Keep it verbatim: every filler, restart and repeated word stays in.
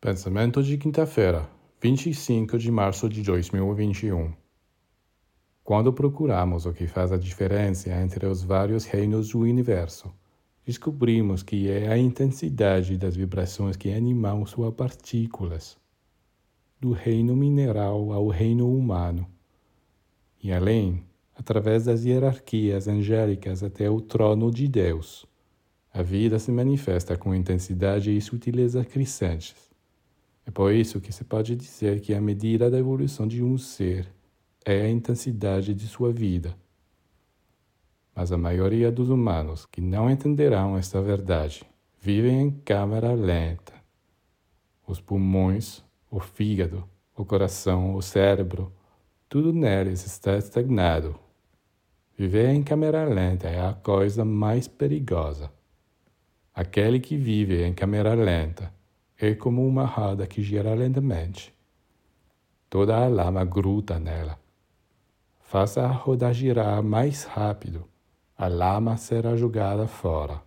Pensamento de quinta-feira, vinte e cinco de março de dois mil e vinte e um. Quando procuramos o que faz a diferença entre os vários reinos do universo, descobrimos que é a intensidade das vibrações que animam suas partículas, do reino mineral ao reino humano, e além, através das hierarquias angélicas até o trono de Deus. A vida se manifesta com intensidade e sutileza crescentes. É por isso que se pode dizer que a medida da evolução de um ser é a intensidade de sua vida. Mas a maioria dos humanos que não entenderão esta verdade vivem em câmara lenta. Os pulmões, o fígado, o coração, o cérebro, tudo neles está estagnado. Viver em câmera lenta é a coisa mais perigosa. Aquele que vive em câmera lenta é como uma roda que gira lentamente. Toda a lama gruda nela. Faça a roda girar mais rápido, a lama será jogada fora.